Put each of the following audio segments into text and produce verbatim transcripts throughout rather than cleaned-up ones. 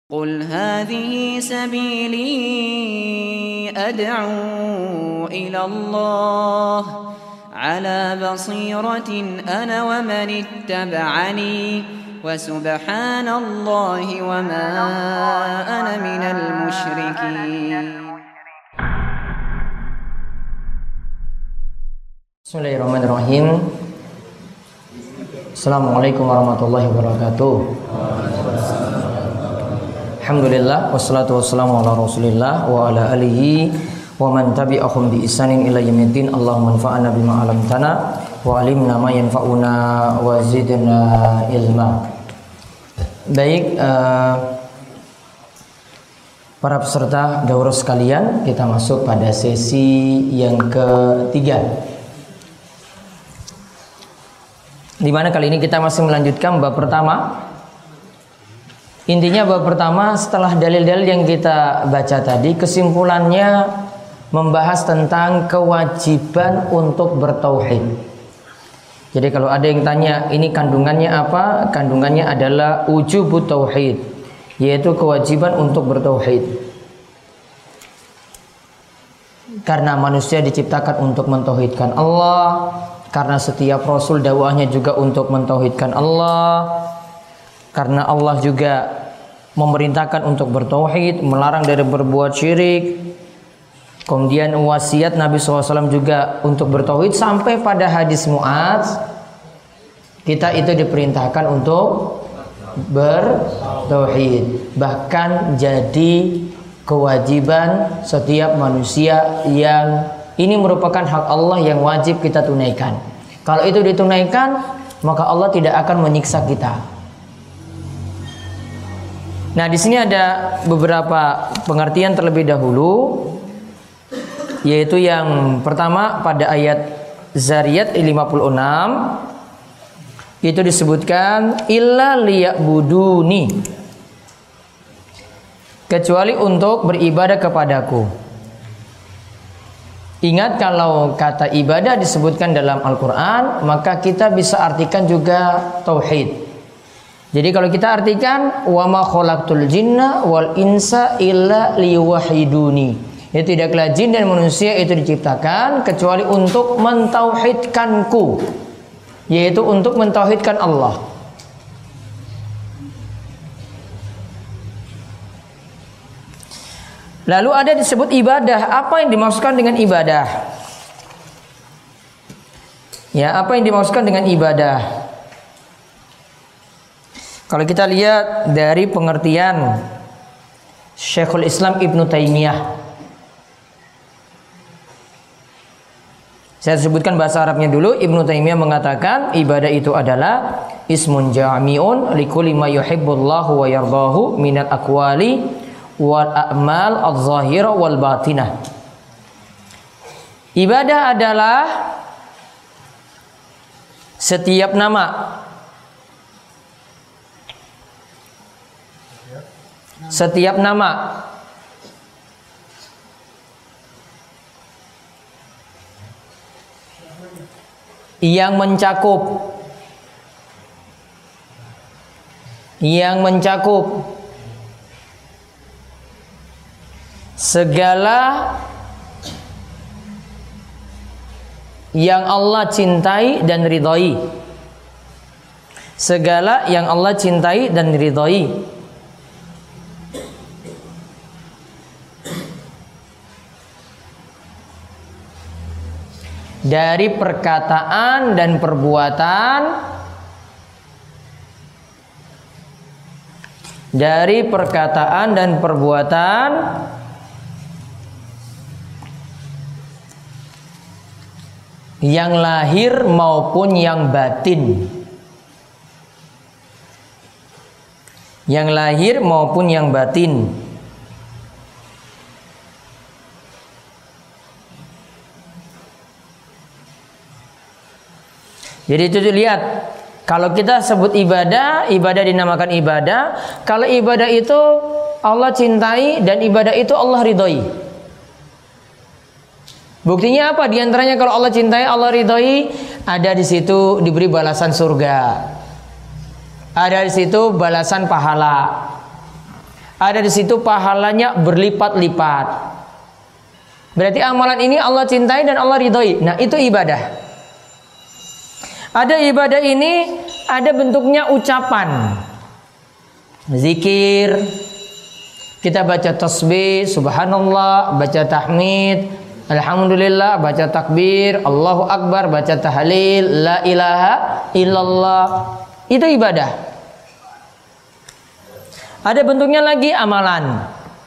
قل هذه سبيلي أدعو إلى الله على بصيرة أنا ومن اتبعني وسبحان الله وما أنا من المشركين. Bismillahirrahmanirrahim. Assalamualaikum warahmatullahi wabarakatuh. Alhamdulillah wassalatu wassalamu ala Rasulillah wa ala alihi wa man tabi'ahum bi ihsanin ila yaumiddin. Allahumma anfa'na bima 'allamtana wa 'allimna ma yanfa'una wa zidna ilma. Baik, uh, para peserta daurah sekalian, kita masuk pada sesi yang ketiga. Di mana kali ini kita masih melanjutkan bab pertama. Intinya bab pertama setelah dalil-dalil yang kita baca tadi, kesimpulannya membahas tentang kewajiban untuk bertauhid. Jadi kalau ada yang tanya ini kandungannya apa? Kandungannya adalah wujubut tauhid, yaitu kewajiban untuk bertauhid. Karena manusia diciptakan untuk mentauhidkan Allah, karena setiap rasul dakwahnya juga untuk mentauhidkan Allah, karena Allah juga memerintahkan untuk bertauhid, melarang dari berbuat syirik. Kemudian wasiat Nabi shallallahu alaihi wasallam juga untuk bertauhid, sampai pada hadis Mu'adz, kita itu diperintahkan untuk bertauhid. Bahkan jadi kewajiban setiap manusia yang ini merupakan hak Allah yang wajib kita tunaikan. Kalau itu ditunaikan, maka Allah tidak akan menyiksa kita. Nah, di sini ada beberapa pengertian terlebih dahulu, yaitu yang pertama pada ayat Zariyat lima puluh enam itu disebutkan illa liya'buduni, kecuali untuk beribadah kepadaku. Ingat, kalau kata ibadah disebutkan dalam Al-Quran, maka kita bisa artikan juga tauhid. Jadi kalau kita artikan wa ma khalaqtul jinna wal insa illa liyuwahhiduni, ya, tidaklah jin dan manusia itu diciptakan kecuali untuk mentauhidkanku, yaitu untuk mentauhidkan Allah. Lalu ada disebut ibadah. Apa yang dimaksudkan dengan ibadah? Ya, apa yang dimaksudkan dengan ibadah? Kalau kita lihat dari pengertian Syekhul Islam Ibnu Taimiyah, saya sebutkan bahasa Arabnya dulu. Ibnu Taimiyah mengatakan ibadah itu adalah ismun jami'un likulli ma yuhibbullahu wa yardahu minal aqwali wal a'mal adh-dhahirah wal batinah. Ibadah adalah setiap nama, setiap nama yang mencakup yang mencakup segala yang Allah cintai dan ridhai, segala yang Allah cintai dan ridhai, dari perkataan dan perbuatan, dari perkataan dan perbuatan yang lahir maupun yang batin, yang lahir maupun yang batin. Jadi itu lihat, kalau kita sebut ibadah, ibadah dinamakan ibadah. Kalau ibadah itu Allah cintai dan ibadah itu Allah ridhoi. Buktinya apa? Di antaranya kalau Allah cintai, Allah ridhoi, ada di situ diberi balasan surga. Ada di situ balasan pahala. ada di situ pahalanya berlipat-lipat. Berarti amalan ini Allah cintai dan Allah ridhoi. Nah, itu ibadah. Ada ibadah ini ada bentuknya ucapan, zikir, kita baca tasbih, subhanallah, baca tahmid, alhamdulillah, baca takbir, Allahu akbar, baca tahlil, la ilaha illallah. Itu ibadah. Ada bentuknya lagi amalan.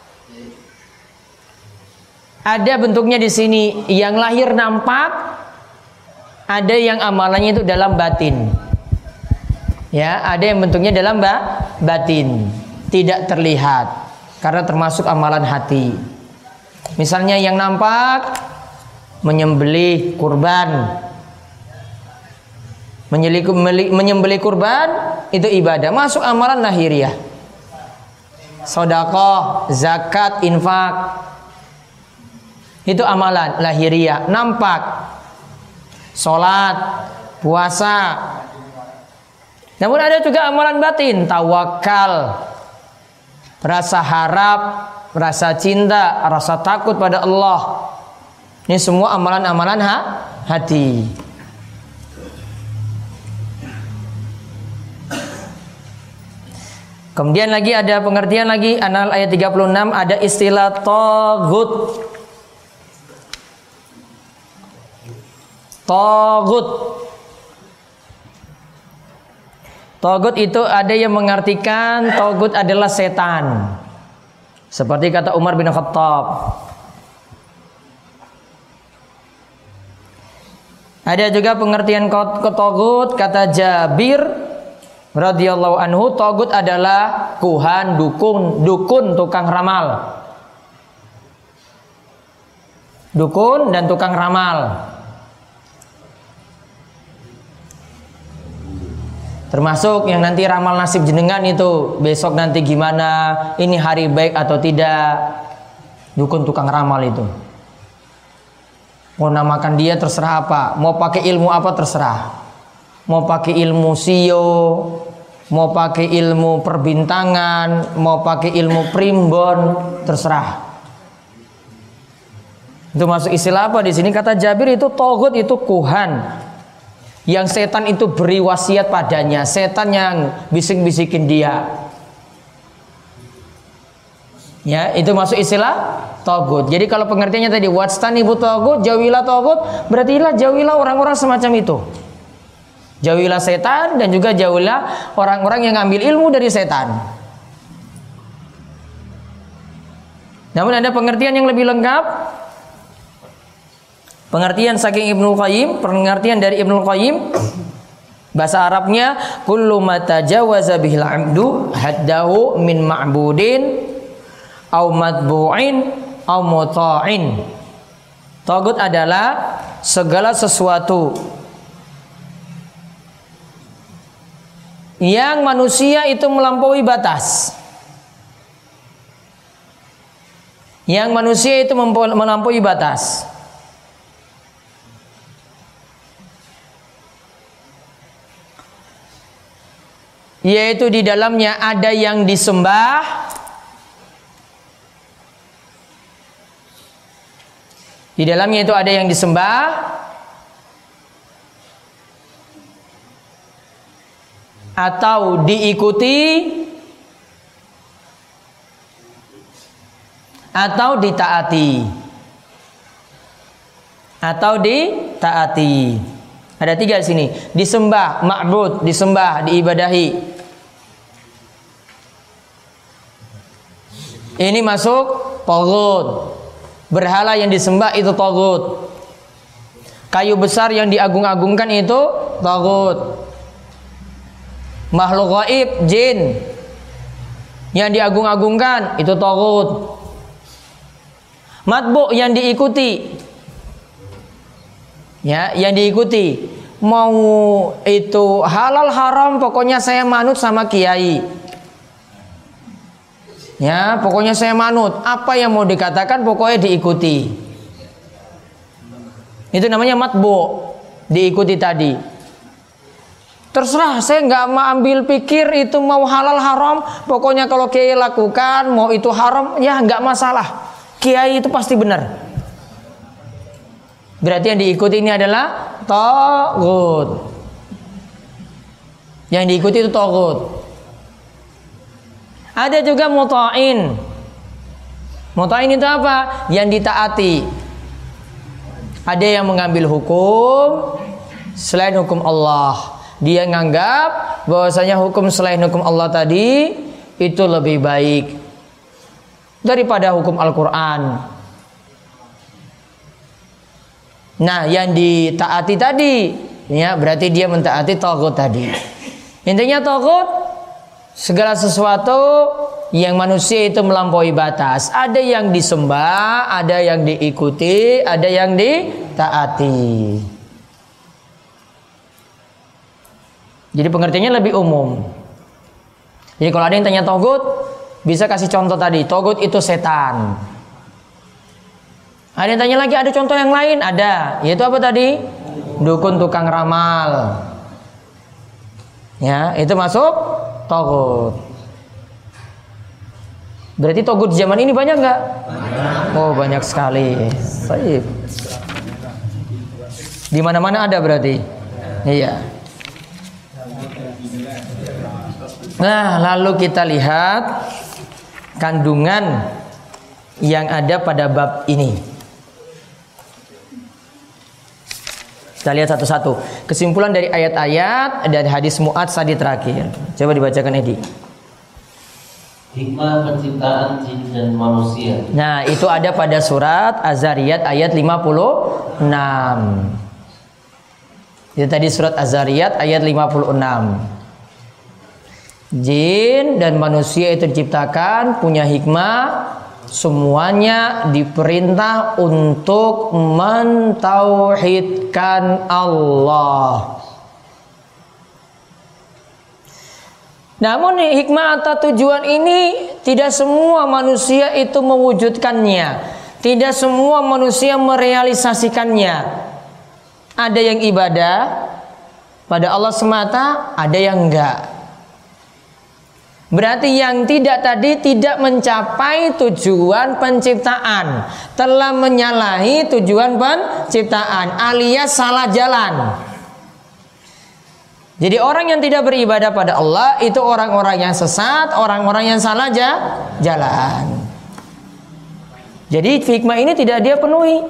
Ada bentuknya di sini yang lahir nampak, ada yang amalannya itu dalam batin. Ya, ada yang bentuknya dalam batin, tidak terlihat karena termasuk amalan hati. Misalnya yang nampak menyembelih kurban. Menyembelih kurban itu ibadah, masuk amalan lahiriah. Sedekah, zakat, infak, itu amalan lahiriah, nampak. Salat, puasa. Namun ada juga amalan batin, tawakal, rasa harap, rasa cinta, rasa takut pada Allah. Ini semua amalan-amalan ha? hati. Kemudian lagi ada pengertian lagi, An-Nahl ayat tiga puluh enam, ada istilah taghut. Taghut. Taghut itu ada yang mengartikan taghut adalah setan. Seperti kata Umar bin Khattab. Ada juga pengertian taghut kata Jabir radhiyallahu anhu, taghut adalah kuhan, dukun, dukun, tukang ramal. Dukun dan tukang ramal. Termasuk yang nanti ramal nasib jenengan itu, besok nanti gimana, ini hari baik atau tidak. Dukun tukang ramal itu. Mau namakan dia terserah apa, mau pakai ilmu apa terserah. Mau pakai ilmu sio, mau pakai ilmu perbintangan, mau pakai ilmu primbon, terserah. Itu masuk istilah apa di sini? Kata Jabir itu taghut itu kuhan. Yang setan itu beri wasiat padanya, setan yang bisik-bisikin dia. Ya, itu masuk istilah taghut. Jadi kalau pengertiannya tadi wastanibu taghut, jauhilah taghut, berarti lah jauhilah orang-orang semacam itu. Jauhilah setan dan juga jauhilah orang-orang yang ngambil ilmu dari setan. Namun ada pengertian yang lebih lengkap. Pengertian saking Ibnu Qayyim, pengertian dari Ibnu Qayyim, bahasa Arabnya kullu ma tajawaza bihil 'abdu haddahu min ma'budin au matbu'in au muta'in. Taghut adalah segala sesuatu yang manusia itu melampaui batas. Yang manusia itu melampaui batas. Yaitu di dalamnya ada yang disembah, di dalamnya itu ada yang disembah, atau diikuti, atau ditaati, atau ditaati. Ada tiga di sini. Disembah, ma'bud, disembah, diibadahi. Ini masuk taghut. Berhala yang disembah itu taghut. Kayu besar yang diagung-agungkan itu taghut. Makhluk gaib, jin yang diagung-agungkan itu taghut. Matbu' yang diikuti. Ya, yang diikuti. Mau itu halal haram, pokoknya saya manut sama kiai. Ya, pokoknya saya manut. Apa yang mau dikatakan pokoknya diikuti. Itu namanya matbu', diikuti tadi. Terserah, saya nggak mau ambil pikir itu mau halal haram. Pokoknya kalau kiai lakukan, mau itu haram, ya nggak masalah. Kiai itu pasti benar. Berarti yang diikuti ini adalah taghut. Yang diikuti itu taghut. Ada juga muta'in. Muta'in itu apa? Yang ditaati. Ada yang mengambil hukum selain hukum Allah. Dia nganggap bahwasanya hukum selain hukum Allah tadi itu lebih baik daripada hukum Al-Quran. Nah, yang ditaati tadi, ya berarti dia mentaati taghut tadi. Intinya taghut segala sesuatu yang manusia itu melampaui batas. Ada yang disembah, ada yang diikuti, ada yang ditaati. Jadi pengertiannya lebih umum. Jadi kalau ada yang tanya taghut, bisa kasih contoh tadi. Taghut itu setan. Ada yang tanya lagi, ada contoh yang lain? Ada. Yaitu apa tadi? Dukun, tukang ramal. Ya, itu masuk taghut. Berarti taghut zaman ini banyak nggak? Oh, banyak sekali. Baik. Di mana-mana ada berarti. Iya. Nah, lalu kita lihat kandungan yang ada pada bab ini. Kita lihat satu-satu. Kesimpulan dari ayat-ayat dan hadis Mu'adz tadi terakhir. Coba dibacakan Edi. Hikmah penciptaan jin dan manusia. Nah, itu ada pada surat Az-Zariyat ayat lima puluh enam. Itu tadi surat Az-Zariyat ayat lima puluh enam. Jin dan manusia itu diciptakan punya hikmah, semuanya diperintah untuk mentauhidkan Allah. Namun hikmah atau tujuan ini tidak semua manusia itu mewujudkannya, tidak semua manusia merealisasikannya. Ada yang ibadah pada Allah semata, ada yang enggak. Berarti yang tidak tadi tidak mencapai tujuan penciptaan, telah menyalahi tujuan penciptaan, alias salah jalan. Jadi orang yang tidak beribadah pada Allah itu orang-orang yang sesat, orang-orang yang salah jalan. Jadi hikmah ini tidak dia penuhi.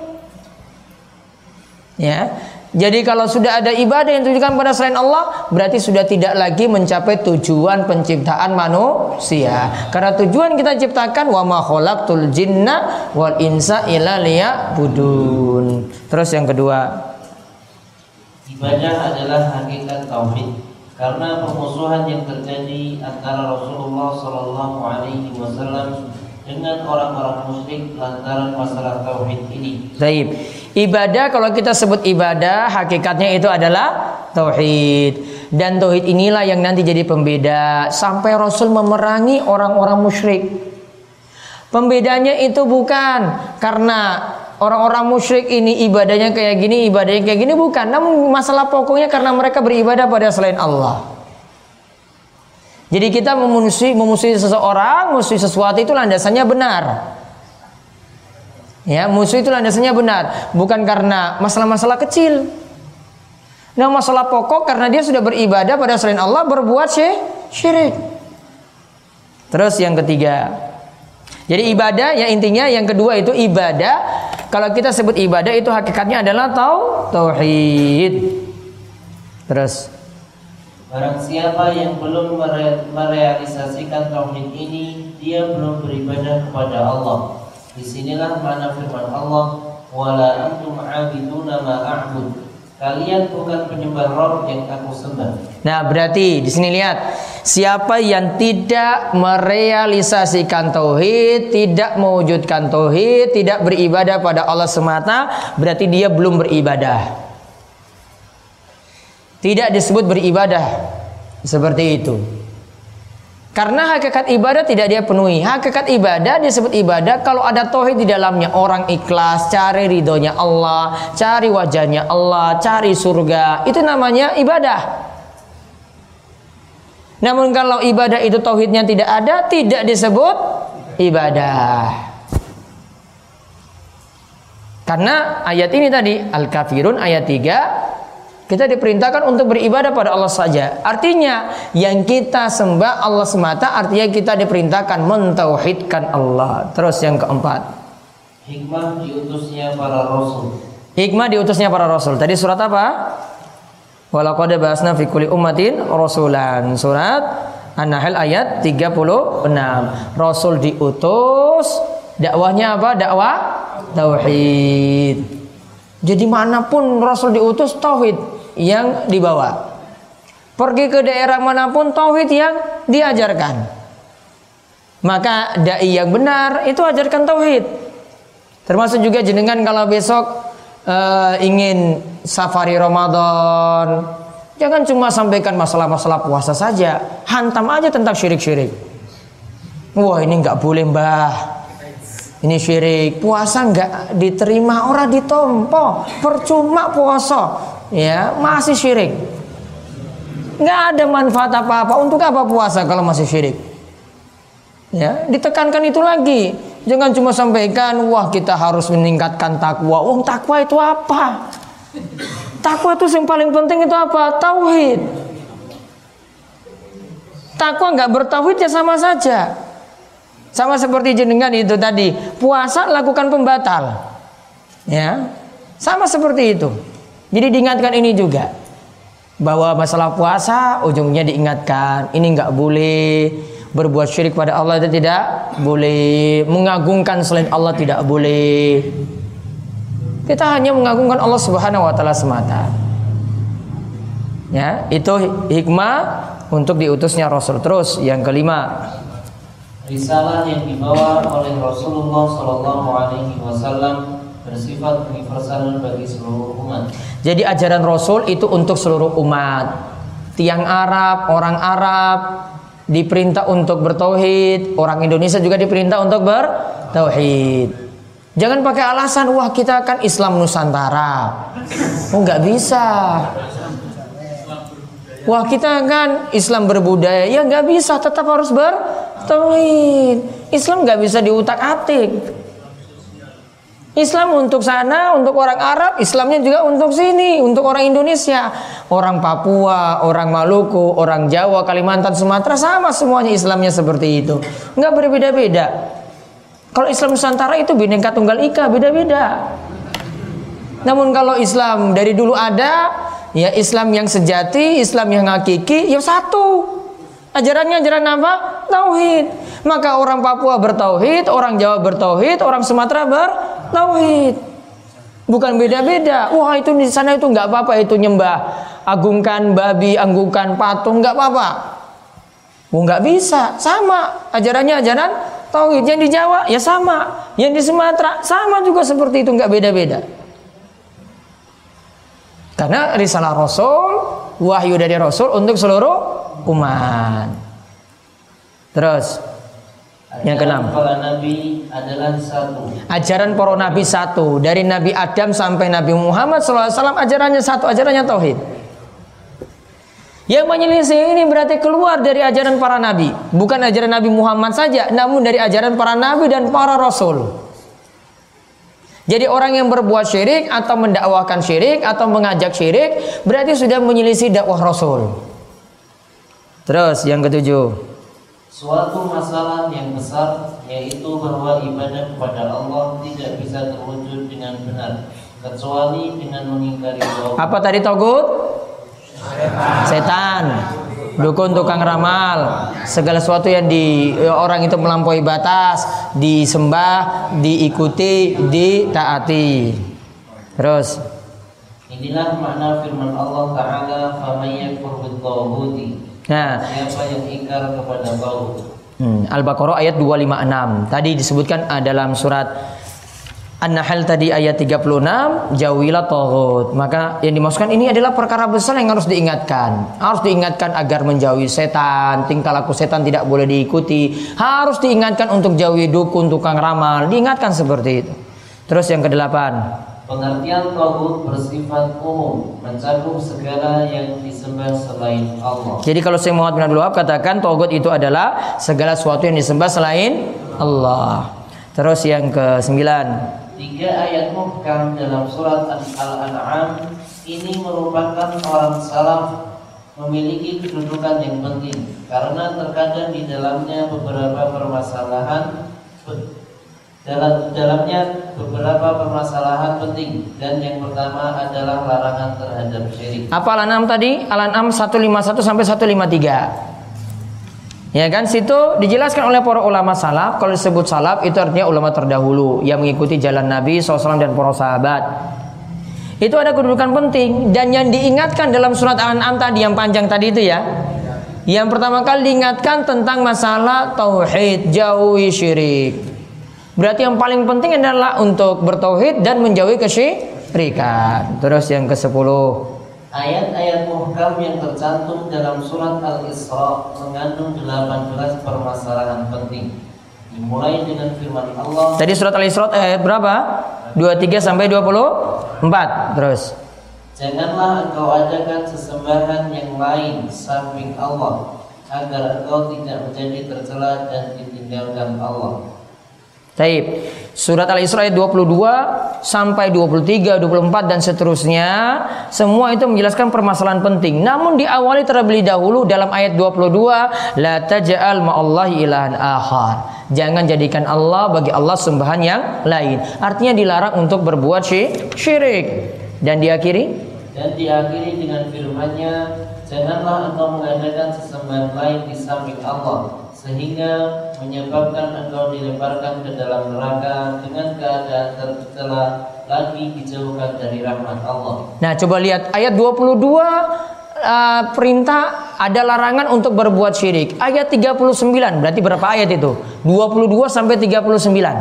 Ya. Jadi kalau sudah ada ibadah yang ditujukan pada selain Allah, berarti sudah tidak lagi mencapai tujuan penciptaan manusia. Karena tujuan kita ciptakan wa ma khalaqtul jinna wal insa illa liya'budun. Terus yang kedua, ibadah adalah hakikat tauhid. Karena permusuhan yang terjadi antara Rasulullah Shallallahu Alaihi Wasallam dengan orang-orang musyrik lantaran masalah tauhid ini. Baik. Ibadah, kalau kita sebut ibadah, hakikatnya itu adalah tauhid. Dan tauhid inilah yang nanti jadi pembeda sampai Rasul memerangi orang-orang musyrik. Pembedanya itu bukan karena orang-orang musyrik ini ibadahnya kayak gini, ibadahnya kayak gini, bukan. Namun masalah pokoknya karena mereka beribadah pada selain Allah. Jadi kita memusuhi, memusuhi seseorang, memusuhi sesuatu itu landasannya benar. Ya, musuh itu landasannya benar, bukan karena masalah-masalah kecil. Nah, masalah pokok karena dia sudah beribadah pada selain Allah, berbuat syirik. Terus yang ketiga, jadi ibadah ya intinya yang kedua itu ibadah. Kalau kita sebut ibadah itu hakikatnya adalah tau tauhid. Terus barang siapa yang belum mere merealisasikan tauhid ini, dia belum beribadah kepada Allah. Disinilah mana firman Allah, wala antum a'biduna ma a'bud. Kalian bukan penyembah Rabb yang aku sembah. Nah, berarti di sini lihat, siapa yang tidak merealisasikan tauhid, tidak mewujudkan tauhid, tidak beribadah pada Allah semata, berarti dia belum beribadah. Tidak disebut beribadah seperti itu. Karena hakikat ibadah tidak dia penuhi. Hakikat ibadah disebut ibadah kalau ada tauhid di dalamnya. Orang ikhlas, cari ridhonya Allah, cari wajahnya Allah, cari surga. Itu namanya ibadah. Namun kalau ibadah itu tauhidnya tidak ada, tidak disebut ibadah. Karena ayat ini tadi Al-Kafirun ayat tiga, kita diperintahkan untuk beribadah pada Allah saja. Artinya yang kita sembah Allah semata, artinya kita diperintahkan mentauhidkan Allah. Terus yang keempat, hikmah diutusnya para rasul. Hikmah diutusnya para rasul. Tadi surat apa? Walaqad ba'atsna fi kulli ummatin rasulan. Surat An-Nahl ayat tiga puluh enam. Rasul diutus, dakwahnya apa? Dakwah tauhid. Jadi manapun Rasul diutus, tauhid yang dibawa. Pergi ke daerah manapun, tauhid yang diajarkan. Maka dai yang benar itu ajarkan tauhid. Termasuk juga jenengan kalau besok Uh, ingin safari Ramadan, jangan cuma sampaikan masalah-masalah puasa saja, hantam aja tentang syirik-syirik. Wah ini nggak boleh mbah, ini syirik, puasa nggak diterima, orang ditompo, percuma puasa, ya masih syirik, nggak ada manfaat apa-apa. Untuk apa puasa kalau masih syirik? Ya, ditekankan itu lagi. Jangan cuma sampaikan, wah kita harus meningkatkan takwa. Wah takwa itu apa? Takwa itu yang paling penting itu apa? Tauhid. Takwa nggak bertauhid ya sama saja. Sama seperti jenengan itu tadi, puasa lakukan pembatal. Ya, sama seperti itu. Jadi diingatkan ini juga, bahwa masalah puasa ujungnya diingatkan, ini nggak boleh. Berbuat syirik pada Allah itu tidak boleh. Mengagungkan selain Allah tidak boleh. Kita hanya mengagungkan Allah Subhanahu wa taala semata. Ya, itu hikmah untuk diutusnya Rasul. Terus yang kelima, risalah yang dibawa oleh Rasulullah Shallallahu Alaihi Wasallam bersifat universal bagi seluruh umat. Jadi ajaran Rasul itu untuk seluruh umat. Tiang Arab, orang Arab diperintah untuk bertauhid, orang Indonesia juga diperintah untuk bertauhid. Jangan pakai alasan, wah kita kan Islam Nusantara. Oh nggak bisa. Wah kita kan Islam berbudaya, ya nggak bisa, tetap harus bertauhid. Islam nggak bisa diutak-atik. Islam untuk sana, untuk orang Arab, Islamnya juga untuk sini, untuk orang Indonesia, orang Papua, orang Maluku, orang Jawa, Kalimantan, Sumatera, sama semuanya Islamnya seperti itu, nggak berbeda-beda. Kalau Islam Nusantara itu Bhinneka Tunggal Ika, beda-beda. Namun kalau Islam dari dulu ada, ya Islam yang sejati, Islam yang hakiki, ya satu. Ajarannya ajaran apa? Tauhid. Maka orang Papua bertauhid, orang Jawa bertauhid, orang Sumatera bertauhid. Bukan beda-beda. Wah itu di sana itu nggak apa-apa, itu nyembah, agungkan babi, agungkan patung, nggak apa-apa. Oh nggak bisa, sama. Ajarannya ajaran tauhid. Yang di Jawa ya sama, yang di Sumatera sama juga seperti itu, nggak beda-beda. Karena risalah Rasul, wahyu dari Rasul untuk seluruh umat. Terus yang keenam, para nabi adalah satu. Ajaran para nabi satu. Dari Nabi Adam sampai Nabi Muhammad shallallahu alaihi wasallam ajarannya satu, ajarannya tauhid. Yang menyelisih ini berarti keluar dari ajaran para nabi. Bukan ajaran Nabi Muhammad saja, namun dari ajaran para nabi dan para rasul. Jadi orang yang berbuat syirik atau mendakwahkan syirik atau mengajak syirik berarti sudah menyelisih dakwah Rasul. Terus yang ketujuh, suatu masalah yang besar, yaitu bahwa ibadah kepada Allah tidak bisa terwujud dengan benar kecuali dengan mengingkari tauhid. Apa tadi togut? Setan, dukun, tukang ramal, segala sesuatu yang di orang itu melampaui batas, disembah, diikuti, ditaati. Terus inilah makna firman Allah Ta'ala, faman yakfur bit-taghuti. Nah, siapa yang ingkar kepada tauhid. Hmm, Al-Baqarah ayat dua ratus lima puluh enam. Tadi disebutkan uh, dalam surat An-Nahl tadi ayat tiga puluh enam, jauhilah taghut. Maka yang dimaksudkan ini adalah perkara besar yang harus diingatkan. Harus diingatkan agar menjauhi setan, tingkah laku setan tidak boleh diikuti. Harus diingatkan untuk jauhi dukun, tukang ramal, diingatkan seperti itu. Terus yang kedelapan, Pengertian taghut bersifat umum, mencakup segala yang disembah selain Allah. Jadi kalau Syekh Muhammad bin Abdul Wahab katakan taghut itu adalah segala sesuatu yang disembah selain Allah. Terus yang kesembilan, tiga ayat muhkam dalam surat Al-An'am ini merupakan orang salaf memiliki kedudukan yang penting karena terkadang di dalamnya beberapa permasalahan dalam dalamnya beberapa permasalahan penting, dan yang pertama adalah larangan terhadap syirik. Apa Al-An'am tadi? Al-An'am seratus lima puluh satu sampai seratus lima puluh tiga. Ya kan, situ dijelaskan oleh para ulama salaf. Kalau disebut salaf itu artinya ulama terdahulu yang mengikuti jalan Nabi shallallahu alaihi wasallam dan para sahabat. Itu ada kedudukan penting, dan yang diingatkan dalam surat Al-An'am tadi yang panjang tadi itu ya. Yang pertama kali diingatkan tentang masalah tauhid, jauhi syirik. Berarti yang paling penting adalah untuk bertauhid dan menjauhi kesyirikan. Terus yang kesepuluh, ayat-ayat muhkam yang tercantum dalam surat Al-Isra mengandung delapan belas permasalahan penting. Dimulai dengan firman Allah. Tadi surat Al-Isra ayat berapa? dua puluh tiga sampai dua puluh empat. Terus, janganlah engkau adakan sesembahan yang lain samping Allah, agar engkau tidak menjadi tercela dan ditinggalkan Allah. Taib. Surat Al-Isra ayat dua puluh dua sampai dua puluh tiga, dua puluh empat dan seterusnya, semua itu menjelaskan permasalahan penting. Namun diawali terlebih dahulu dalam ayat dua puluh dua, la taj'al ma'allahi ilahan akhar. Jangan jadikan Allah bagi Allah sembahan yang lain. Artinya dilarang untuk berbuat syirik. Dan diakhiri dan diakhiri dengan firman-Nya, janganlah engkau mengadakan sesembahan lain di samping Allah, sehingga menyebabkan engkau dilemparkan ke dalam neraka dengan keadaan tercela, lagi dijauhkan dari rahmat Allah. Nah, coba lihat ayat dua puluh dua, uh, perintah ada larangan untuk berbuat syirik. Ayat tiga puluh sembilan, berarti berapa ayat itu? dua puluh dua sampai tiga puluh sembilan.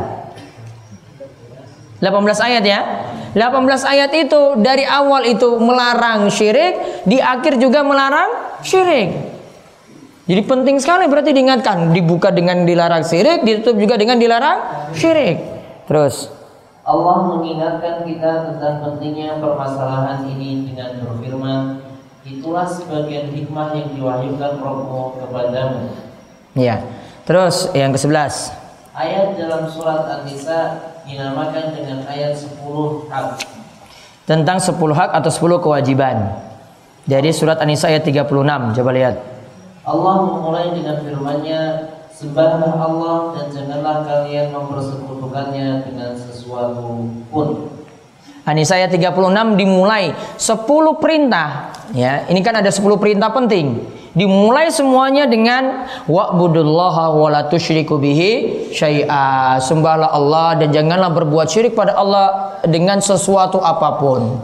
delapan belas ayat ya. delapan belas ayat itu dari awal itu melarang syirik, di akhir juga melarang syirik. Jadi penting sekali berarti diingatkan, dibuka dengan dilarang syirik, ditutup juga dengan dilarang syirik. Terus Allah mengingatkan kita tentang pentingnya permasalahan ini dengan berfirman, itulah sebagian hikmah yang diwahyukan Rabbmu kepadamu. Ya. Terus yang kesebelas, ayat dalam surat An-Nisa dinamakan dengan ayat sepuluh hak, tentang sepuluh hak atau sepuluh kewajiban. Dari surat An-Nisa ayat tiga puluh enam, coba lihat. Allah memulai dengan firman-Nya, sembahlah Allah dan janganlah kalian mempersekutukannya dengan sesuatu pun. An-Nisa ayat tiga puluh enam dimulai sepuluh perintah. Ya, ini kan ada sepuluh perintah penting. Dimulai semuanya dengan wa'budullaha wa la tusyriku bihi syai'a. Sembahlah Allah dan janganlah berbuat syirik pada Allah dengan sesuatu apapun.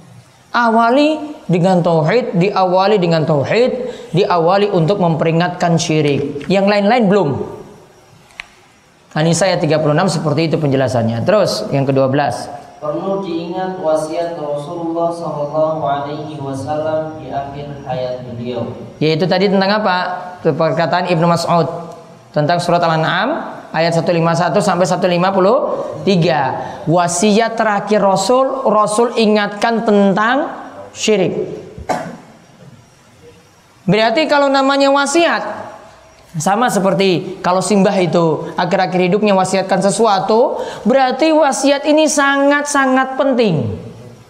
Awali dengan tauhid, diawali dengan tauhid, diawali untuk memperingatkan syirik. Yang lain-lain belum. An-Nisa ayat tiga puluh enam seperti itu penjelasannya. Terus yang kedua belas, perlu diingat wasiat Rasulullah shallallahu alaihi wasallam di akhir hayat beliau. Yaitu tadi tentang apa? Perkataan Ibnu Mas'ud tentang surat Al-An'am ayat seratus lima puluh satu sampai seratus lima puluh tiga. Wasiat terakhir Rasul, Rasul ingatkan tentang syirik. Berarti kalau namanya wasiat, sama seperti kalau simbah itu akhir-akhir hidupnya wasiatkan sesuatu, berarti wasiat ini sangat-sangat penting.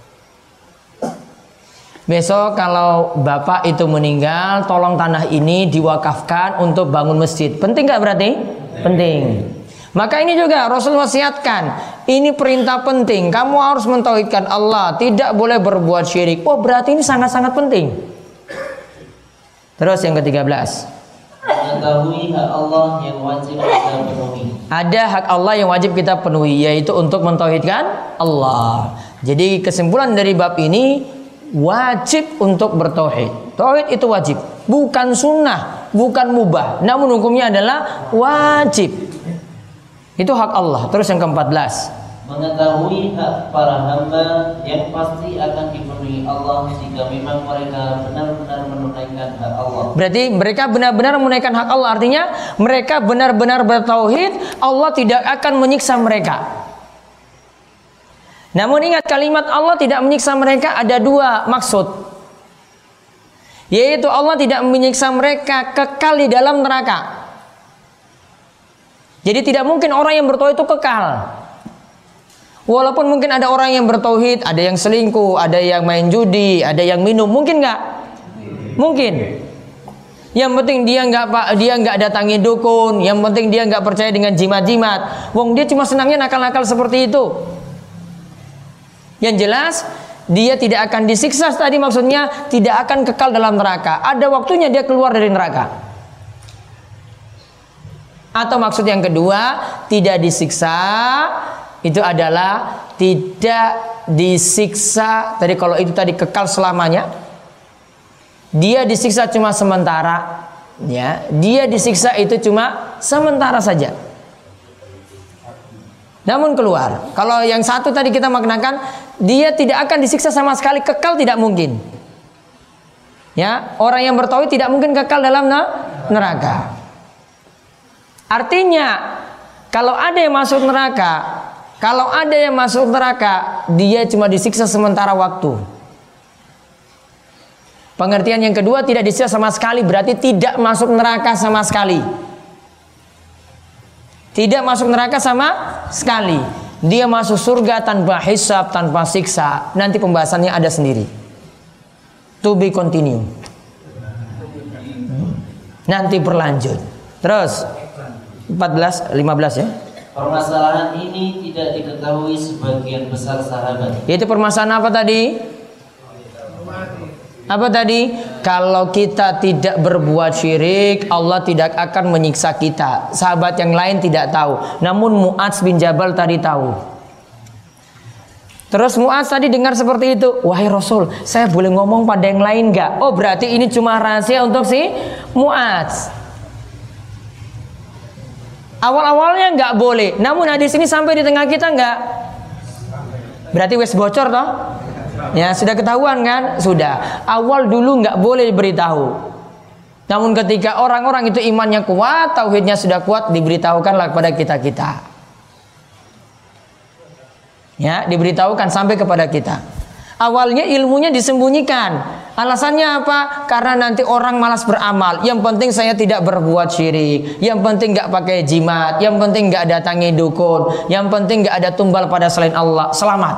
Besok kalau bapak itu meninggal, tolong tanah ini diwakafkan untuk bangun masjid. Penting gak berarti? Penting. Maka ini juga Rasul wasiatkan, ini perintah penting. Kamu harus mentauhidkan Allah, tidak boleh berbuat syirik. Oh, berarti ini sangat-sangat penting. Terus yang ketiga belas, mengetahui hak Allah yang wajib kita penuhi. Ada hak Allah yang wajib kita penuhi, yaitu untuk mentauhidkan Allah. Jadi kesimpulan dari bab ini, wajib untuk bertauhid. Tauhid itu wajib, bukan sunnah, bukan mubah, namun hukumnya adalah wajib. Itu hak Allah. Terus yang keempat belas, mengetahui hak para hamba yang pasti akan dipenuhi Allah jika memang mereka benar-benar menunaikan hak Allah. Berarti mereka benar-benar menunaikan hak Allah, artinya mereka benar-benar bertauhid, Allah tidak akan menyiksa mereka. Namun ingat, kalimat Allah tidak menyiksa mereka ada dua maksud. Yaitu Allah tidak menyiksa mereka kekal di dalam neraka. Jadi tidak mungkin orang yang bertauhid itu kekal. Walaupun mungkin ada orang yang bertauhid, ada yang selingkuh, ada yang main judi, ada yang minum, mungkin nggak? Mungkin. Yang penting dia nggak pak, dia nggak datangi dukun. Yang penting dia nggak percaya dengan jimat-jimat. Wong dia cuma senangnya nakal-nakal seperti itu. Yang jelas dia tidak akan disiksa, tadi maksudnya tidak akan kekal dalam neraka. Ada waktunya dia keluar dari neraka. Atau maksud yang kedua, tidak disiksa itu adalah tidak disiksa. Tadi kalau itu tadi kekal selamanya, dia disiksa cuma sementara, ya. Dia disiksa itu cuma sementara saja. Namun keluar. Kalau yang satu tadi kita maknakan, dia tidak akan disiksa sama sekali, kekal tidak mungkin. Ya, orang yang bertauhid tidak mungkin kekal dalam neraka. Artinya, kalau ada yang masuk neraka, kalau ada yang masuk neraka, dia cuma disiksa sementara waktu. Pengertian yang kedua, tidak disiksa sama sekali, berarti tidak masuk neraka sama sekali. Tidak masuk neraka sama sekali. Dia masuk surga tanpa hisab, tanpa siksa. Nanti pembahasannya ada sendiri. To be continue. Nanti berlanjut. Terus empat belas, lima belas ya. Permasalahan ini tidak diketahui sebagian besar sahabat. Itu permasalahan apa tadi? Apa tadi? Kalau kita tidak berbuat syirik, Allah tidak akan menyiksa kita. Sahabat yang lain tidak tahu. Namun Mu'adz bin Jabal tadi tahu. Terus Mu'adz tadi dengar seperti itu. Wahai Rasul, saya boleh ngomong pada yang lain gak? Oh berarti ini cuma rahasia untuk si Mu'adz. Awal-awalnya nggak boleh. Namun hadis ini sampai di tengah kita nggak? Berarti wes bocor toh? Ya sudah ketahuan kan? Sudah. Awal dulu nggak boleh diberitahu. Namun ketika orang-orang itu imannya kuat, tauhidnya sudah kuat, diberitahukanlah kepada kita-kita. Ya, diberitahukan sampai kepada kita. Awalnya ilmunya disembunyikan. Alasannya apa? Karena nanti orang malas beramal. Yang penting saya tidak berbuat syirik. Yang penting nggak pakai jimat. Yang penting nggak datangi dukun. Yang penting nggak ada tumbal pada selain Allah. Selamat.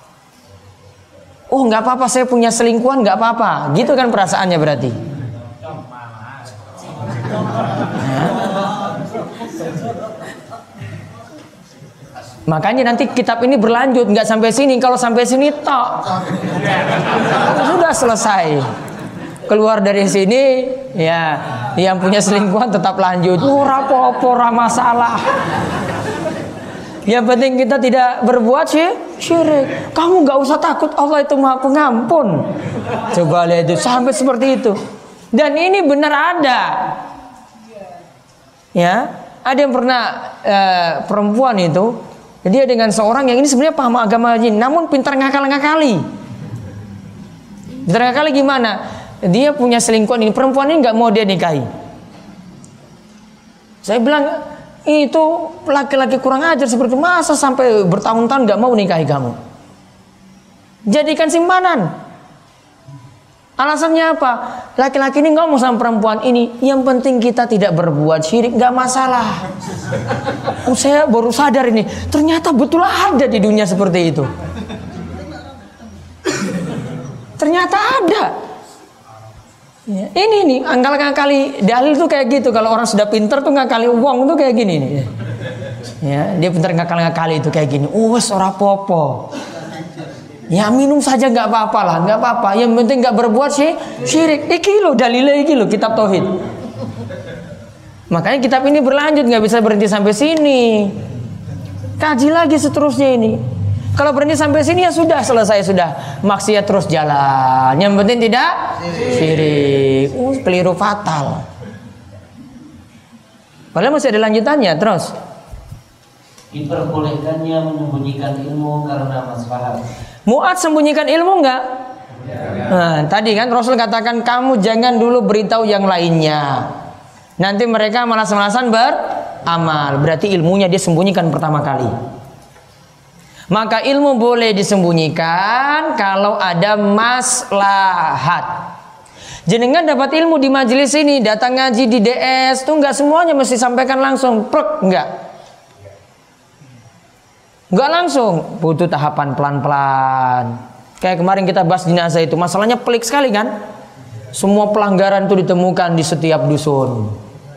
Oh nggak apa-apa, saya punya selingkuhan nggak apa-apa. Gitu kan perasaannya berarti. Makanya nanti kitab ini berlanjut, nggak sampai sini. Kalau sampai sini tok, sudah selesai. Keluar dari sini, ya, yang punya selingkuhan tetap lanjut. Oh, rapopo, masalah. Yang penting kita tidak berbuat sih syirik. Kamu nggak usah takut, Allah itu Maha Pengampun. Coba lihat itu sampai seperti itu. Dan ini benar ada. Ya, ada yang pernah eh, perempuan itu. Dia dengan seorang yang ini sebenarnya paham agama jin, namun pintar ngakal-ngakali. Pintar ngakali gimana? Dia punya selingkuhan ini, perempuan ini nggak mau dia nikahi. Saya bilang, itu laki-laki kurang ajar seperti masa sampai bertahun-tahun nggak mau nikahi kamu. Jadikan simpanan. Alasannya apa? Laki-laki ini ngomong sama perempuan ini, yang penting kita tidak berbuat syirik, nggak masalah. Oh, saya baru sadar ini, ternyata betul ada di dunia seperti itu. Ternyata ada. Ya, ini nih, ngakal-ngakali dalil tuh kayak gitu. Kalau orang sudah pinter tuh ngakali uang tuh kayak gini nih. Ya, dia pinter ngakal-ngakali itu kayak gini. Oh, ora popo. Ya minum saja nggak apa-apa lah, nggak apa-apa. Yang penting nggak berbuat sih syirik. Iki lo dalilnya iki lo kitab tauhid. Makanya kitab ini berlanjut, nggak bisa berhenti sampai sini. Kaji lagi seterusnya ini. Kalau berhenti sampai sini ya sudah selesai sudah. Maksiat terus jalan. Yang penting tidak syirik. Uh, keliru fatal. Padahal masih ada lanjutannya terus. Diperbolehkannya menyembunyikan ilmu karena maslahat. Mu'adz sembunyikan ilmu enggak? Nah, tadi kan Rasul katakan kamu jangan dulu beritahu yang lainnya. Nanti mereka malas-malasan beramal. Berarti ilmunya dia sembunyikan pertama kali. Maka ilmu boleh disembunyikan kalau ada maslahat. Jenengan dapat ilmu di majelis ini, datang ngaji di D S, tuh nggak semuanya mesti sampaikan langsung, prek, nggak. Nggak langsung, butuh tahapan pelan-pelan. Kayak kemarin kita bahas jenazah itu, masalahnya pelik sekali kan? Semua pelanggaran itu ditemukan di setiap dusun.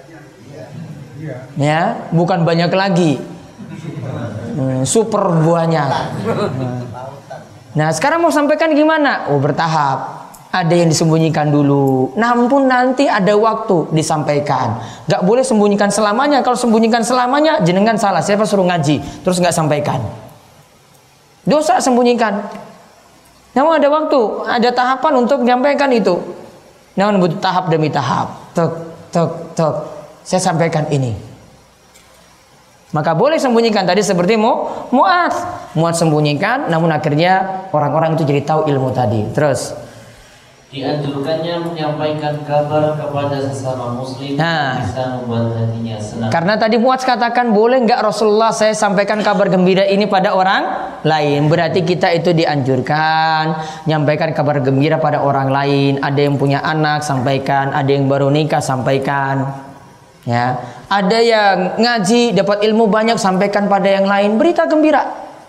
Ya, bukan banyak lagi. Hmm, super banyak. Nah, sekarang mau sampaikan gimana? Oh, bertahap. Ada yang disembunyikan dulu. Namun nanti ada waktu disampaikan. Gak boleh sembunyikan selamanya. Kalau sembunyikan selamanya, jenengan salah. Siapa suruh ngaji terus gak sampaikan? Dosa sembunyikan. Namun ada waktu, ada tahapan untuk menyampaikan itu. Namun butuh tahap demi tahap. Tek, tek, tek. Saya sampaikan ini. Maka boleh sembunyikan tadi seperti mu, Mu'adz. Mu'adz sembunyikan, namun akhirnya orang-orang itu jadi tahu ilmu tadi. Terus dianjurkannya menyampaikan kabar kepada sesama muslim nah, bisa membuat hatinya senang. Karena tadi Mu'adz katakan boleh nggak Rasulullah saya sampaikan kabar gembira ini pada orang lain. Berarti kita itu dianjurkan menyampaikan kabar gembira pada orang lain. Ada yang punya anak sampaikan, ada yang baru nikah sampaikan. Ya, ada yang ngaji dapat ilmu banyak sampaikan pada yang lain, berita gembira.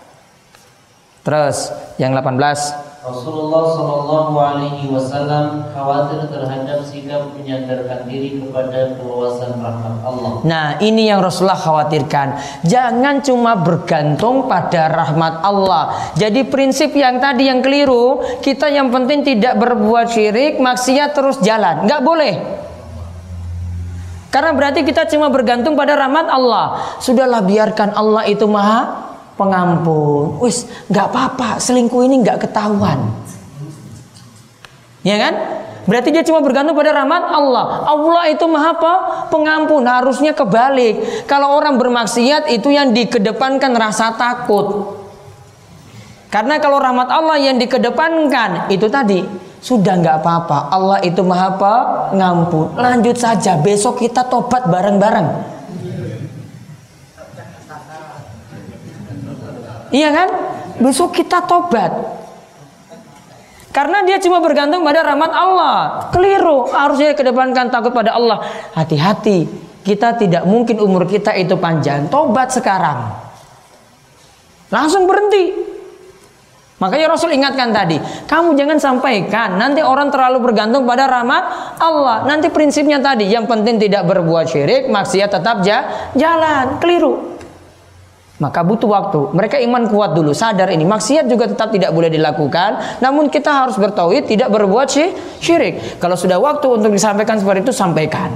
Terus yang delapan belas, Rasulullah Shallallahu Alaihi Wasallam khawatir terhadap sikap menyandarkan diri kepada keluasan rahmat Allah. Nah, ini yang Rasulullah khawatirkan. Jangan cuma bergantung pada rahmat Allah. Jadi prinsip yang tadi yang keliru, kita yang penting tidak berbuat syirik, maksiat terus jalan. Nggak boleh. Karena berarti kita cuma bergantung pada rahmat Allah. Sudahlah, biarkan Allah itu maha pengampun. Wis, nggak apa-apa, selingkuh ini nggak ketahuan. Ya kan? Berarti dia cuma bergantung pada rahmat Allah. Allah itu maha apa? Pengampun. Harusnya kebalik. Kalau orang bermaksiat itu yang dikedepankan rasa takut. Karena kalau rahmat Allah yang dikedepankan itu tadi, sudah nggak apa-apa. Allah itu maha pengampun. Lanjut saja. Besok kita tobat bareng-bareng. Iya kan? Besok kita tobat. Karena dia cuma bergantung pada rahmat Allah. Keliru. Harusnya kedepankan takut pada Allah. Hati-hati. Kita tidak mungkin umur kita itu panjang. Tobat sekarang. Langsung berhenti. Makanya Rasul ingatkan tadi, kamu jangan sampaikan, nanti orang terlalu bergantung pada rahmat Allah. Nanti prinsipnya tadi, yang penting tidak berbuat syirik, maksiat tetap jalan, keliru. Maka butuh waktu. Mereka iman kuat dulu, sadar ini. Maksiat juga tetap tidak boleh dilakukan, namun kita harus bertauhid, tidak berbuat syirik. Kalau sudah waktu untuk disampaikan seperti itu, sampaikan.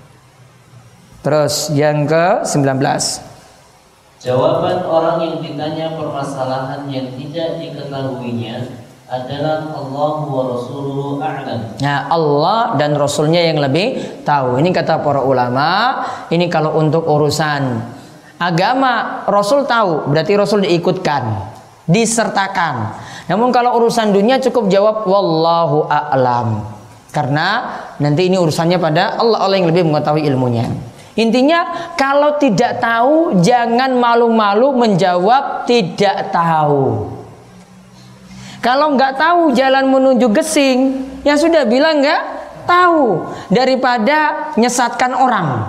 Terus yang ke sembilan belas. Jawaban orang yang ditanya permasalahan yang tidak diketahuinya adalah Allah wa Rasuluhu a'lam. Nah, Allah dan Rasulnya yang lebih tahu. Ini kata para ulama. Ini kalau untuk urusan agama Rasul tahu, berarti Rasul diikutkan, disertakan. Namun kalau urusan dunia cukup jawab wallahu a'lam. Karena nanti ini urusannya pada Allah, Allah yang lebih mengetahui ilmunya. Intinya kalau tidak tahu jangan malu-malu menjawab tidak tahu. Kalau nggak tahu jalan menuju Gesing, ya sudah bilang nggak tahu daripada nyesatkan orang.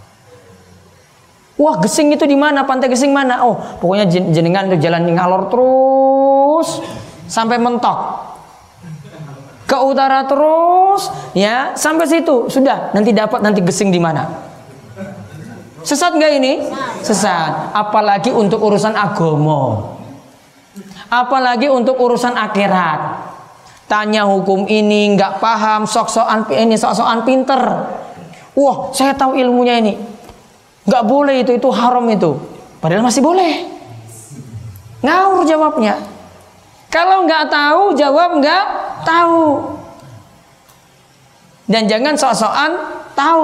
Wah, Gesing itu di mana? Pantai Gesing mana? Oh, pokoknya jenengan itu jalan ngalor terus sampai mentok. Ke utara terus, ya sampai situ sudah. Nanti dapat nanti Gesing di mana? Sesat nggak ini? Sesat. Apalagi untuk urusan agama. Apalagi untuk urusan akhirat. Tanya hukum ini nggak paham, sok-sokan ini sok-sokan pinter. Wah, saya tahu ilmunya ini. Nggak boleh itu, itu haram itu. Padahal masih boleh. Ngawur jawabnya. Kalau nggak tahu, jawab nggak tahu. Dan jangan sok-sokan tahu.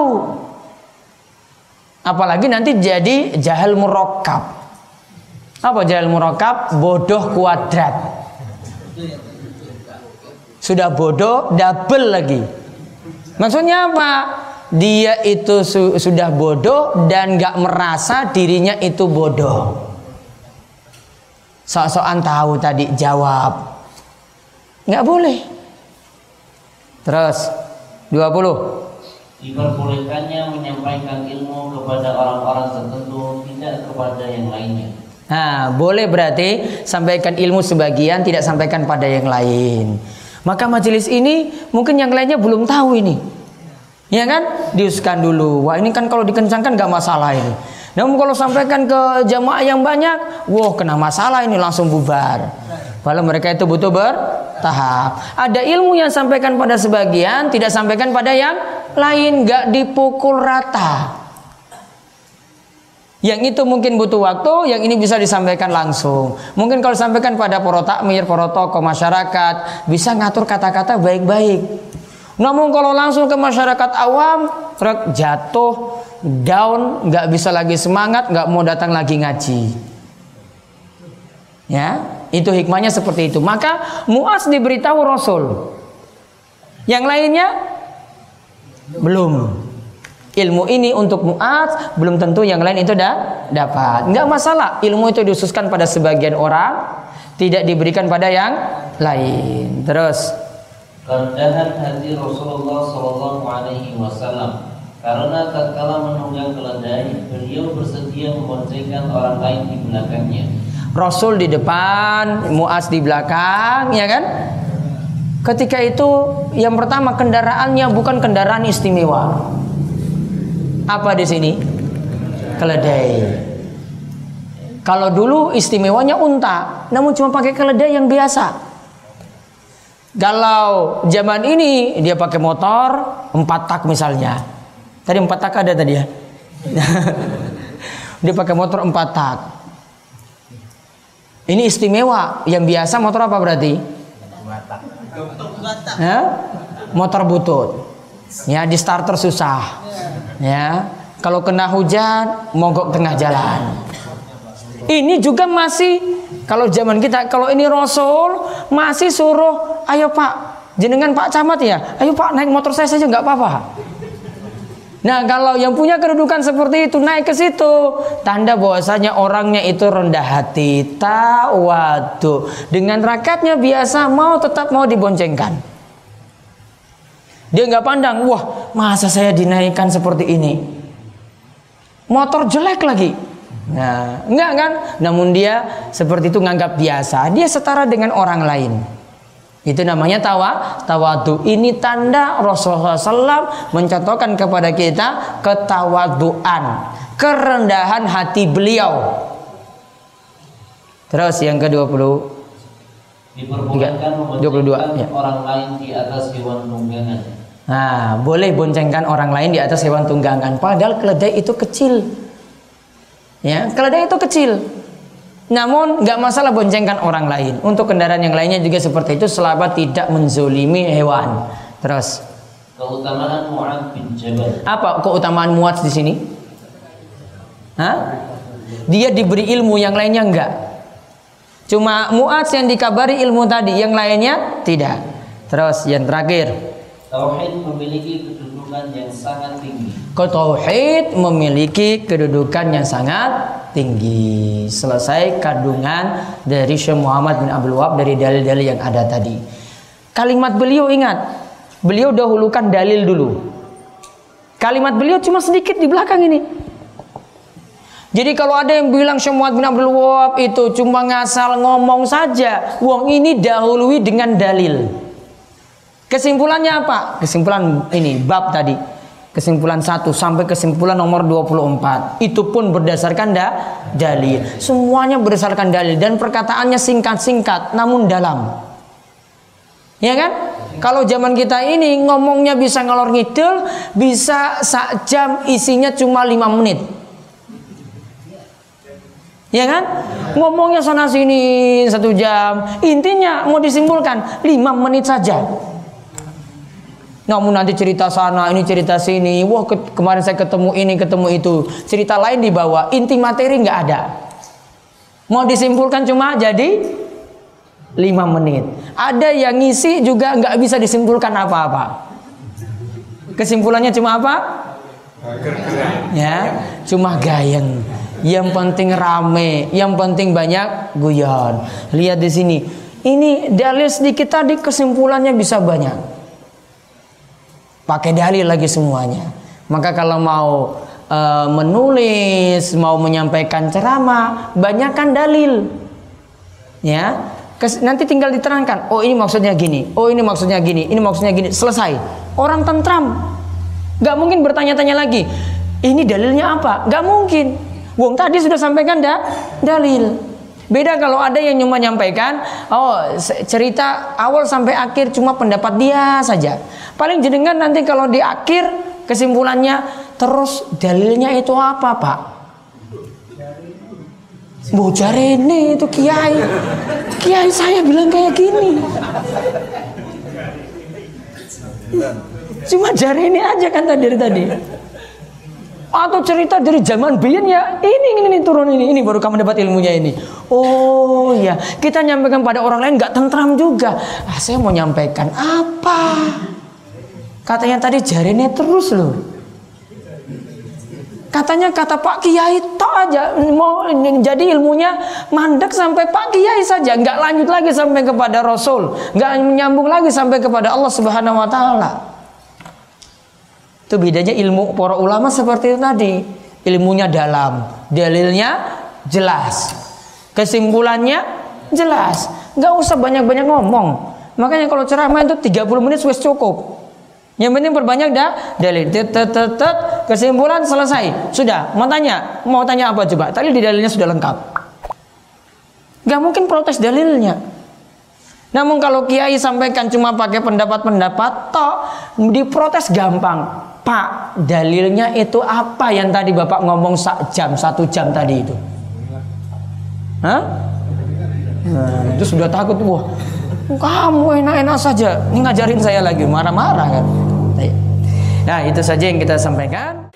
Apalagi nanti jadi jahil murakkab. Apa jahil murakkab? Bodoh kuadrat. Sudah bodoh double lagi. Maksudnya apa? Dia itu su sudah bodoh dan gak merasa dirinya itu bodoh. sok-sokan tahu tadi jawab. Nggak boleh. Terus dua puluh. Diperbolehkannya menyampaikan ilmu kepada orang-orang tertentu, tidak kepada yang lainnya. Nah, boleh berarti sampaikan ilmu sebagian, tidak sampaikan pada yang lain. Maka majelis ini mungkin yang lainnya belum tahu ini, ya kan? Diusahakan dulu. Wah, ini kan kalau dikencangkan nggak masalah ini. Namun kalau sampaikan ke jamaah yang banyak, wah kena masalah ini, langsung bubar. Padahal mereka itu butuh bertahap. Ada ilmu yang sampaikan pada sebagian, tidak sampaikan pada yang lain, nggak dipukul rata. Yang itu mungkin butuh waktu, yang ini bisa disampaikan langsung. Mungkin kalau disampaikan pada para takmir, para tokoh masyarakat, bisa ngatur kata-kata baik-baik. Namun kalau langsung ke masyarakat awam, truk jatuh, down, nggak bisa lagi semangat, nggak mau datang lagi ngaji. Ya, itu hikmahnya seperti itu. Maka Mu'adz diberitahu Rasul, yang lainnya belum. Ilmu ini untuk Mu'adz, belum tentu yang lain itu dah dapat. Nggak masalah, ilmu itu dikhususkan pada sebagian orang, tidak diberikan pada yang lain. Terus kerendahan hati Rasulullah Shallallahu Alaihi Wasallam, karena tatkala menunggang keledai, beliau bersedia memboncengkan orang lain di belakangnya. Rasul di depan, Mu'adz di belakang, ya kan? Ketika itu yang pertama kendaraannya bukan kendaraan istimewa. Apa di sini? Keledai. Kalau dulu istimewanya unta, namun cuma pakai keledai yang biasa. Kalau zaman ini dia pakai motor empat tak misalnya. Tadi empat tak ada tadi ya. Dia pakai motor empat tak. Ini istimewa. Yang biasa motor apa berarti? Ya? Motor butut. Ya, di starter susah. Ya, kalau kena hujan mogok tengah jalan. Ini juga masih, kalau zaman kita, kalau ini Rasul masih suruh, ayo Pak, jenengan Pak Camat ya, ayo Pak naik motor saya saja nggak apa-apa. Nah, kalau yang punya kedudukan seperti itu naik ke situ, tanda bahwasanya orangnya itu rendah hati, tawadu, dengan rakyatnya biasa, mau tetap mau diboncengkan. Dia nggak pandang, wah masa saya dinaikkan seperti ini, motor jelek lagi. Nah, enggak kan? Namun dia seperti itu nganggap biasa, dia setara dengan orang lain. Itu namanya tawa, tawadu. Ini tanda Rasulullah shallallahu alaihi wasallam mencontohkan kepada kita ketawaduan, kerendahan hati beliau. Terus yang ke dua puluh diperbolehkan memboncengkan ya. Orang lain di atas hewan tunggangan. Nah, boleh boncengkan orang lain di atas hewan tunggangan. Padahal keledai itu kecil. Ya, keledai itu kecil. Namun nggak masalah boncengkan orang lain. Untuk kendaraan yang lainnya juga seperti itu, selama tidak menzolimi hewan. Terus keutamaan Mu'adz bin Jabal. Apa keutamaan Mu'adz di sini? Hah? Dia diberi ilmu, yang lainnya enggak. Cuma Mu'adz yang dikabari ilmu tadi, yang lainnya tidak. Terus yang terakhir, tauhid memiliki kedudukan yang sangat tinggi. Tauhid memiliki kedudukan yang sangat tinggi. Selesai kandungan dari Syekh Muhammad bin Abdul Wahab dari dalil-dalil yang ada tadi. Kalimat beliau, ingat, beliau dahulukan dalil dulu. Kalimat beliau cuma sedikit di belakang ini. Jadi kalau ada yang bilang Syekh Muhammad bin Abdul Wahab itu cuma ngasal ngomong saja, wong ini dahului dengan dalil. Kesimpulannya apa? Kesimpulan ini bab tadi. Kesimpulan satu sampai kesimpulan nomor dua puluh empat. Itu pun berdasarkan da, dalil. Semuanya berdasarkan dalil dan perkataannya singkat-singkat namun dalam. Ya kan? Kalau zaman kita ini ngomongnya bisa ngalor ngidul, bisa sak jam isinya cuma lima menit. Ya kan? Ngomongnya sana sini satu jam. Intinya mau disimpulkan lima menit saja. Namun nanti cerita sana, ini cerita sini. Wah, ke kemarin saya ketemu ini, ketemu itu. Cerita lain dibawa. Inti materi nggak ada. Mau disimpulkan cuma jadi lima menit. Ada yang ngisi juga nggak bisa disimpulkan apa-apa. Kesimpulannya cuma apa? Ya, cuma gayeng. Yang penting rame, yang penting banyak guyon. Lihat di sini. Ini dalil sedikit tadi kesimpulannya bisa banyak. Pakai dalil lagi semuanya. Maka kalau mau e, menulis, mau menyampaikan ceramah, banyakkan dalil. Ya. Kes, nanti tinggal diterangkan. Oh, ini maksudnya gini. Oh, ini maksudnya gini. Ini maksudnya gini. Selesai. Orang tentram. Gak mungkin bertanya-tanya lagi. Ini dalilnya apa? Gak mungkin. Wong tadi sudah sampaikan dah dalil. Beda kalau ada yang cuma menyampaikan, oh cerita awal sampai akhir cuma pendapat dia saja. Paling jenengan nanti kalau di akhir kesimpulannya, terus dalilnya itu apa pak? Bojarene itu kiai, kiai saya bilang kayak gini. Cuma jarene aja kan tadi dari tadi. Atau cerita dari zaman biyen ya ini, ini ini turun ini ini baru kamu dapat ilmunya ini. Oh ya, kita nyampaikan pada orang lain nggak tentram juga. Ah, saya mau nyampaikan apa? Katanya tadi jarene terus loh. Katanya kata Pak Kiai tok aja mau jadi ilmunya mandek sampai Pak Kiai saja, nggak lanjut lagi sampai kepada Rasul, nggak menyambung lagi sampai kepada Allah Subhanahu Wa Taala. Itu bedanya ilmu para ulama seperti itu tadi. Ilmunya dalam, dalilnya jelas, kesimpulannya jelas. Gak usah banyak-banyak ngomong. Makanya kalau ceramah itu tiga puluh menit sudah cukup. Yang penting perbanyak dah dalil. Tet-tet-tet, kesimpulan selesai. Sudah, mau tanya, mau tanya apa coba? Tadi di dalilnya sudah lengkap. Gak mungkin protes dalilnya. Namun kalau kiai sampaikan cuma pakai pendapat-pendapat tok, diprotes gampang. Pak, dalilnya itu apa yang tadi Bapak ngomong sak jam, satu jam tadi itu? Hah? Nah, itu sudah takut, wah, kamu enak-enak saja, ini ngajarin saya lagi, marah-marah kan? Nah, itu saja yang kita sampaikan.